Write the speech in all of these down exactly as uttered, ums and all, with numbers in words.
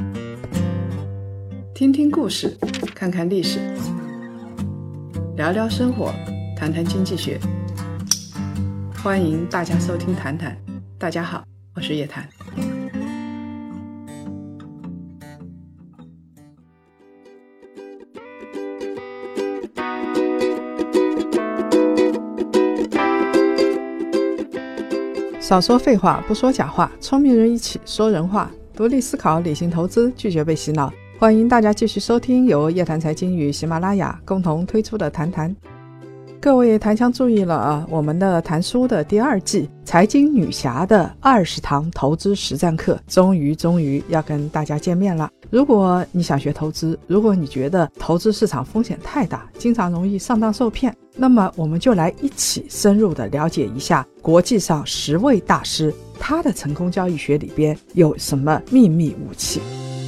听听故事，看看历史，聊聊生活，谈谈经济学。欢迎大家收听谈谈。大家好，我是叶檀。少说废话，不说假话，聪明人一起说人话，独立思考，理性投资，拒绝被洗脑。欢迎大家继续收听由叶檀财经与喜马拉雅共同推出的谈谈。各位檀香注意了啊，我们的谈书的第二季财经女侠的二十堂投资实战课终于终于要跟大家见面了。如果你想学投资，如果你觉得投资市场风险太大，经常容易上当受骗，那么我们就来一起深入的了解一下国际上十位大师他的成功交易学里边有什么秘密武器。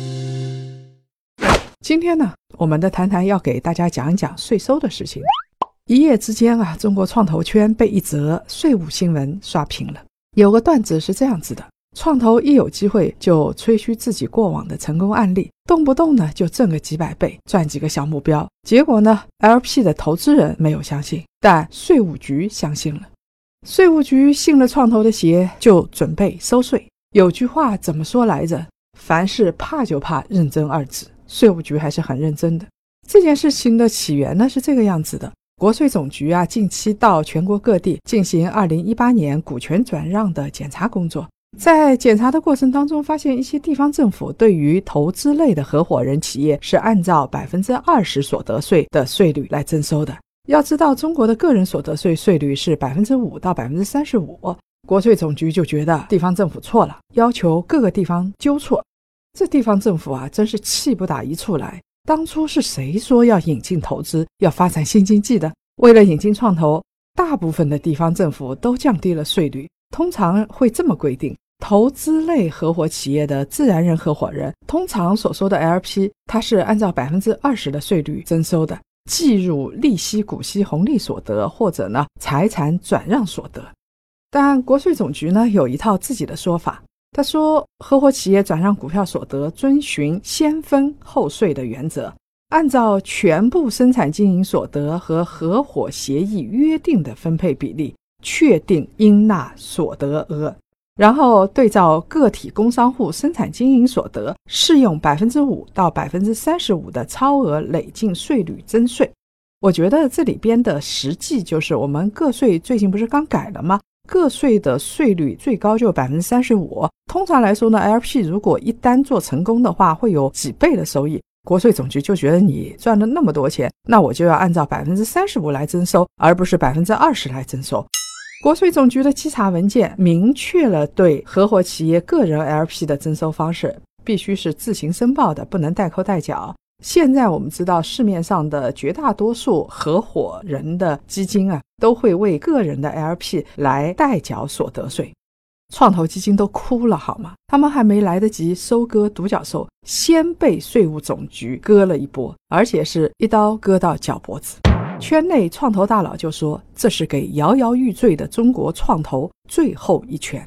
今天呢，我们的谈谈要给大家讲一讲税收的事情。一夜之间啊，中国创投圈被一则税务新闻刷屏了。有个段子是这样子的，创投一有机会就吹嘘自己过往的成功案例，动不动呢就挣个几百倍，赚几个小目标。结果呢 L P 的投资人没有相信，但税务局相信了。税务局信了创投的邪，就准备收税。有句话怎么说来着？凡事怕就怕认真二字，税务局还是很认真的。这件事情的起源呢是这个样子的，国税总局啊近期到全国各地进行二零一八年股权转让的检查工作。在检查的过程当中，发现一些地方政府对于投资类的合伙人企业是按照 百分之二十 所得税的税率来征收的。要知道中国的个人所得税税率是 百分之五 到 百分之三十五， 国税总局就觉得地方政府错了，要求各个地方纠错。这地方政府啊真是气不打一处来，当初是谁说要引进投资，要发展新经济的？为了引进创投，大部分的地方政府都降低了税率，通常会这么规定，投资类合伙企业的自然人合伙人，通常所说的 L P， 它是按照 百分之二十 的税率征收的，计入利息、股息、红利所得，或者呢财产转让所得。但国税总局呢有一套自己的说法，他说合伙企业转让股票所得遵循先分后税的原则，按照全部生产经营所得和合伙协议约定的分配比例确定应纳所得额，然后对照个体工商户生产经营所得，适用 百分之五 到 百分之三十五 的超额累进税率征税。我觉得这里边的实际就是我们个税最近不是刚改了吗？个税的税率最高就 百分之三十五， 通常来说呢 L P 如果一单做成功的话会有几倍的收益，国税总局就觉得你赚了那么多钱，那我就要按照 百分之三十五 来征收，而不是 百分之二十 来征收。国税总局的稽查文件明确了对合伙企业个人 L P 的征收方式，必须是自行申报的，不能代扣代缴。现在我们知道市面上的绝大多数合伙人的基金啊，都会为个人的 L P 来代缴所得税。创投基金都哭了好吗？他们还没来得及收割独角兽，先被税务总局割了一波，而且是一刀割到脚脖子。圈内创投大佬就说，这是给摇摇欲坠的中国创投最后一拳。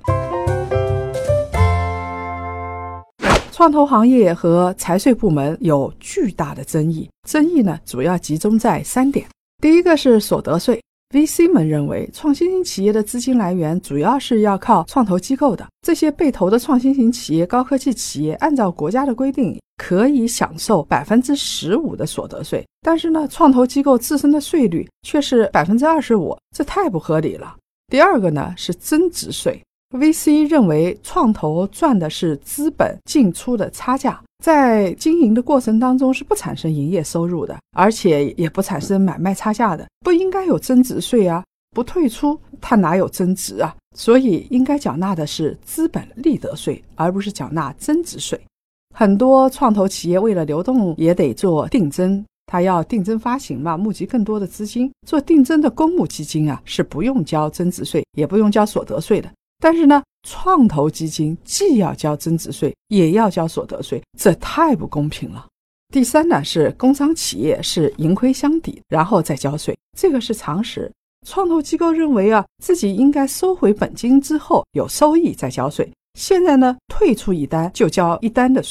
创投行业和财税部门有巨大的争议，争议呢主要集中在三点。第一个是所得税， V C 们认为创新型企业的资金来源主要是要靠创投机构的，这些被投的创新型企业、高科技企业按照国家的规定可以享受 百分之十五 的所得税，但是呢创投机构自身的税率却是 百分之二十五， 这太不合理了。第二个呢是增值税， V C 认为创投赚的是资本进出的差价，在经营的过程当中是不产生营业收入的，而且也不产生买卖差价的，不应该有增值税啊，不退出它哪有增值啊？所以应该缴纳的是资本利得税，而不是缴纳增值税。很多创投企业为了流动也得做定增，它要定增发行嘛，募集更多的资金。做定增的公募基金啊，是不用交增值税，也不用交所得税的。但是呢，创投基金既要交增值税，也要交所得税，这太不公平了。第三呢，是工商企业是盈亏相抵，然后再交税，这个是常识。创投机构认为啊，自己应该收回本金之后有收益再交税。现在呢，退出一单就交一单的税，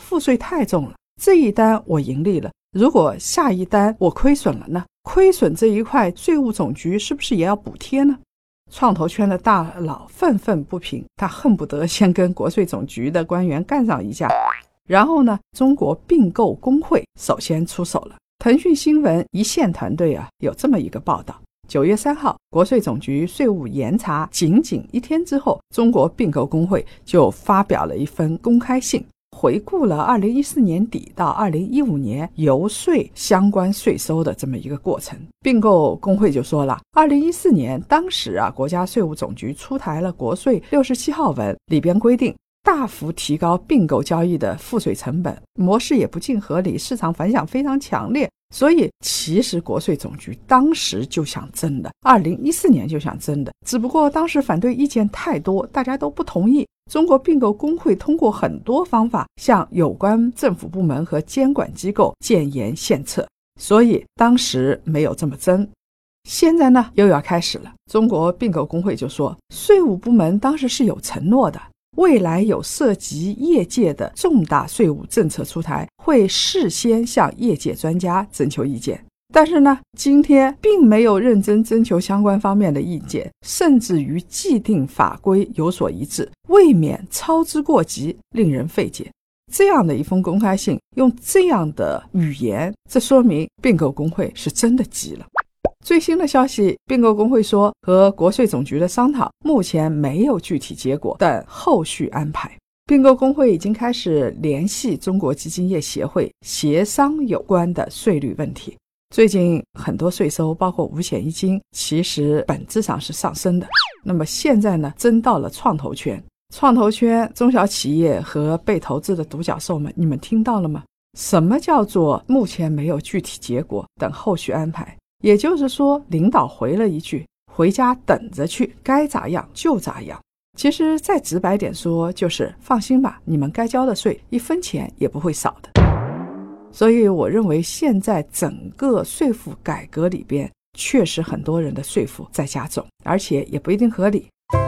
赋税太重了，这一单我盈利了，如果下一单我亏损了呢？亏损这一块税务总局是不是也要补贴呢？创投圈的大佬愤愤不平，他恨不得先跟国税总局的官员干上一架。然后呢，中国并购工会首先出手了。腾讯新闻一线团队啊，有这么一个报道：九月三号，国税总局税务严查仅仅一天之后，中国并购工会就发表了一份公开信，回顾了二零一四年底到二零一五年游说相关税收的这么一个过程。并购工会就说了，二零一四年当时啊，国家税务总局出台了国税六十七号文，里边规定大幅提高并购交易的赋税成本，模式也不尽合理，市场反响非常强烈。所以其实国税总局当时就想征的，二零一四年就想征的，只不过当时反对意见太多，大家都不同意。中国并购工会通过很多方法向有关政府部门和监管机构建言献策，所以当时没有这么征。现在呢又要开始了，中国并购工会就说，税务部门当时是有承诺的，未来有涉及业界的重大税务政策出台，会事先向业界专家征求意见。但是呢，今天并没有认真征求相关方面的意见，甚至于既定法规有所一致，未免操之过急，令人费解。这样的一封公开信，用这样的语言，这说明并购工会是真的急了。最新的消息，并购工会说和国税总局的商讨目前没有具体结果，等后续安排。并购工会已经开始联系中国基金业协会协商有关的税率问题。最近很多税收包括五险一金其实本质上是上升的，那么现在呢争到了创投圈。创投圈中小企业和被投资的独角兽们，你们听到了吗？什么叫做目前没有具体结果，等后续安排？也就是说，领导回了一句，回家等着去，该咋样就咋样。其实再直白点说，就是放心吧，你们该交的税一分钱也不会少的。所以我认为现在整个税负改革里边，确实很多人的税负在加重，而且也不一定合理。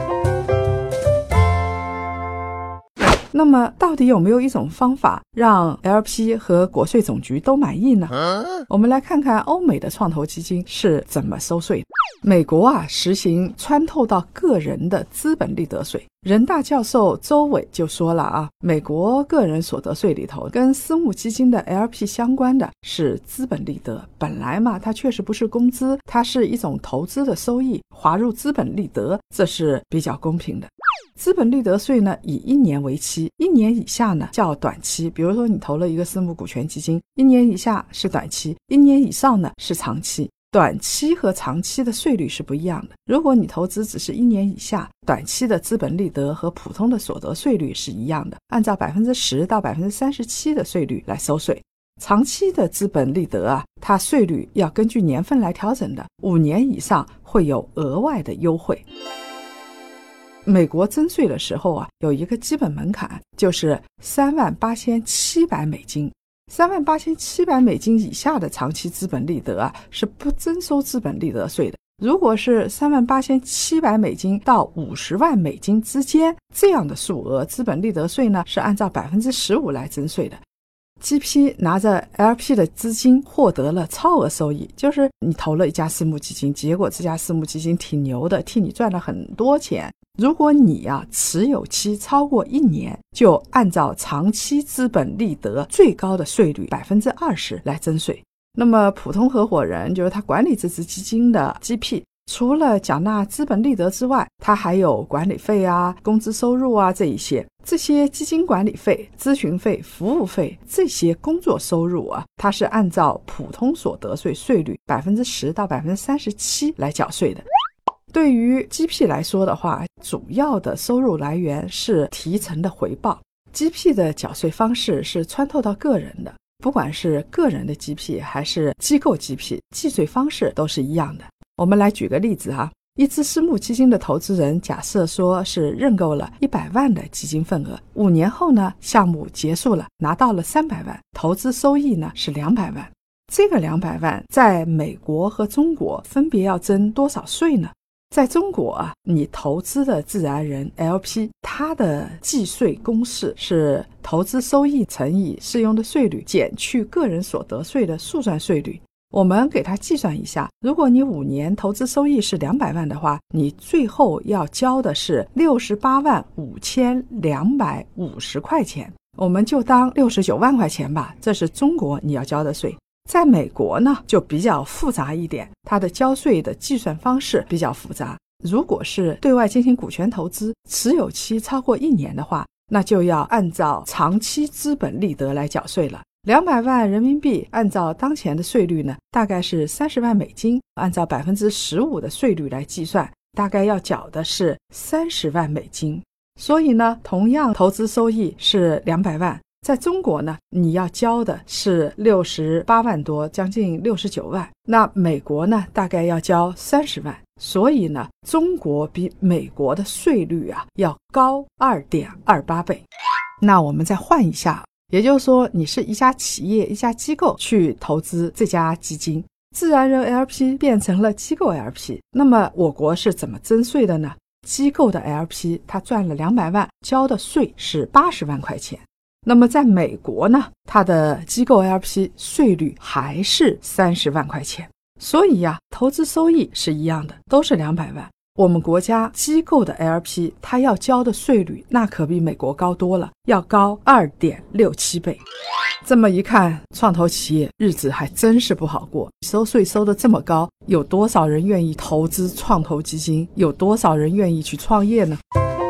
那么到底有没有一种方法让 L P 和国税总局都满意呢？我们来看看欧美的创投基金是怎么收税的。美国啊，实行穿透到个人的资本利得税。人大教授周伟就说了啊，美国个人所得税里头跟私募基金的 L P 相关的是资本利得，本来嘛，它确实不是工资，它是一种投资的收益，划入资本利得，这是比较公平的。资本利得税呢，以一年为期，一年以下呢叫短期。比如说你投了一个私募股权基金，一年以下是短期，一年以上呢是长期。短期和长期的税率是不一样的。如果你投资只是一年以下，短期的资本利得和普通的所得税率是一样的，按照 百分之十 到 百分之三十七 的税率来收税。长期的资本利得啊，它税率要根据年份来调整的，五年以上会有额外的优惠。美国征税的时候啊，有一个基本门槛，就是三万八千七百美金。三万八千七百美金以下的长期资本利得啊，是不征收资本利得税的。如果是三万八千七百美金到五十万美金之间这样的数额，资本利得税呢是按照 百分之十五 来征税的。G P 拿着 L P 的资金获得了超额收益，就是你投了一家私募基金，结果这家私募基金挺牛的，替你赚了很多钱。如果你啊持有期超过一年，就按照长期资本利得最高的税率 百分之二十 来征税。那么普通合伙人，就是他管理这支基金的 G P， 除了缴纳资本利得之外，他还有管理费啊、工资收入啊这一些。这些基金管理费、咨询费、服务费，这些工作收入啊，它是按照普通所得税税率 百分之十 到 百分之三十七 来缴税的。对于 G P 来说的话，主要的收入来源是提成的回报。G P 的缴税方式是穿透到个人的，不管是个人的 G P 还是机构 G P， 计税方式都是一样的。我们来举个例子哈，一支私募基金的投资人假设说是认购了一百万的基金份额，五年后呢，项目结束了，拿到了三百万，投资收益呢是两百万。这个两百万在美国和中国分别要征多少税呢？ 在中国啊，你投资的自然人 L P， 它的计税公式是投资收益乘以适用的税率减去个人所得税的速算税率。我们给它计算一下，如果你五年投资收益是两百万的话，你最后要交的是六十八万五千两百五十块钱，我们就当六十九万块钱吧，这是中国你要交的税。在美国呢就比较复杂一点，它的交税的计算方式比较复杂。如果是对外进行股权投资，持有期超过一年的话，那就要按照长期资本利得来缴税了。两百万人民币按照当前的税率呢，大概是三十万美金，按照 百分之十五 的税率来计算，大概要缴的是三十万美金。所以呢，同样投资收益是两百万，在中国呢，你要交的是六十八万多，将近六十九万。那美国呢，大概要交三十万。所以呢，中国比美国的税率啊要高 二点二八 倍。那我们再换一下，也就是说，你是一家企业、一家机构去投资这家基金，自然人 L P 变成了机构 L P， 那么我国是怎么征税的呢？机构的 L P 他赚了两百万，交的税是八十万块钱。那么在美国呢，它的机构 L P 税率还是三十万块钱。所以呀、啊，投资收益是一样的，都是两百万。我们国家机构的 L P 它要交的税率那可比美国高多了，要高 二点六七 倍。这么一看，创投企业日子还真是不好过，收税收得这么高，有多少人愿意投资创投基金？有多少人愿意去创业呢？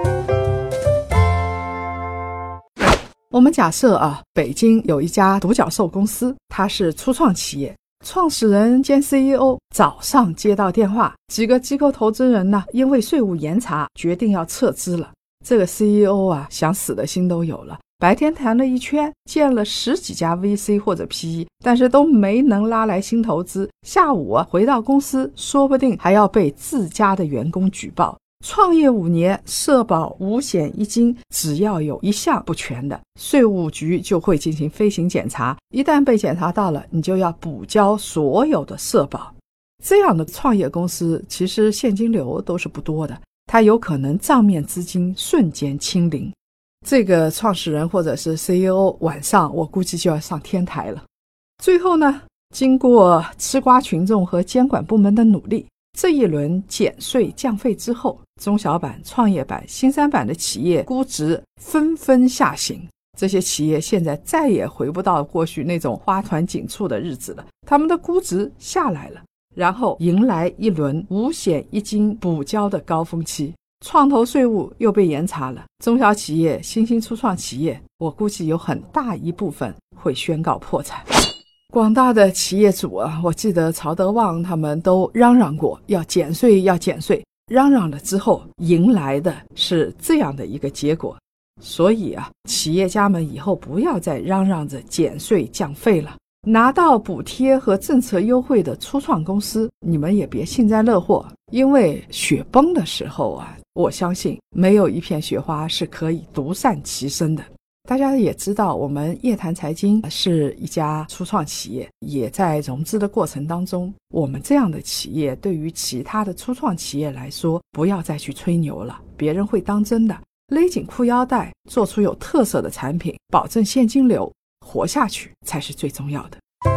我们假设啊，北京有一家独角兽公司，它是初创企业，创始人兼 C E O 早上接到电话，几个机构投资人呢，因为税务严查，决定要撤资了。这个 C E O 啊，想死的心都有了，白天谈了一圈，见了十几家 V C 或者 P E， 但是都没能拉来新投资。下午啊，回到公司，说不定还要被自家的员工举报。创业五年，社保五险一金，只要有一项不全的，税务局就会进行飞行检查，一旦被检查到了，你就要补交所有的社保。这样的创业公司其实现金流都是不多的，它有可能账面资金瞬间清零。这个创始人或者是 C E O 晚上我估计就要上天台了。最后呢，经过吃瓜群众和监管部门的努力，这一轮减税降费之后，中小板、创业板、新三板的企业估值纷纷下行。这些企业现在再也回不到过去那种花团锦簇的日子了，他们的估值下来了，然后迎来一轮五险一金补交的高峰期。创投税务又被严查了，中小企业、新兴初创企业，我估计有很大一部分会宣告破产。广大的企业主啊，我记得曹德旺他们都嚷嚷过要减税要减税，嚷嚷了之后迎来的是这样的一个结果。所以啊，企业家们以后不要再嚷嚷着减税降费了，拿到补贴和政策优惠的初创公司，你们也别幸灾乐祸，因为雪崩的时候啊，我相信没有一片雪花是可以独善其身的。大家也知道，我们夜谈财经是一家初创企业，也在融资的过程当中，我们这样的企业对于其他的初创企业来说，不要再去吹牛了，别人会当真的。勒紧裤腰带，做出有特色的产品，保证现金流，活下去才是最重要的。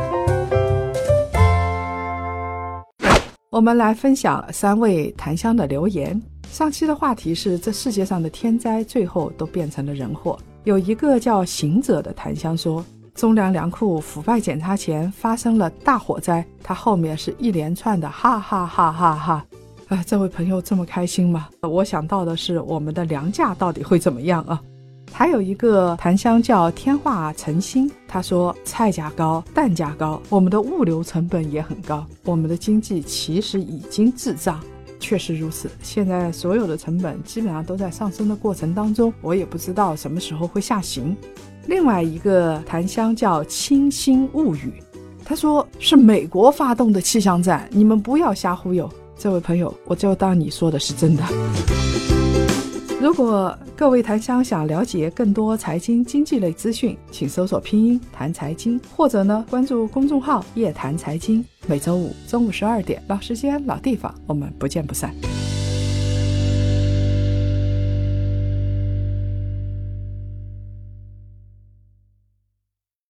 我们来分享三位檀香的留言。上期的话题是这世界上的天灾最后都变成了人祸。有一个叫行者的檀香说，中粮粮库腐败检查前发生了大火灾，它后面是一连串的哈哈哈哈哈。啊，这位朋友这么开心吗？我想到的是我们的粮价到底会怎么样啊？还有一个檀香叫天化诚心，他说菜价高，蛋价高，我们的物流成本也很高，我们的经济其实已经滞胀。确实如此，现在所有的成本基本上都在上升的过程当中，我也不知道什么时候会下行。另外一个檀香叫清新物语，他说是美国发动的气象战，你们不要瞎忽悠。这位朋友，我就当你说的是真的。如果各位檀香想了解更多财经经济类资讯，请搜索拼音谈财经，或者呢关注公众号夜谈财经。每周五中午十二点，老时间老地方，我们不见不散。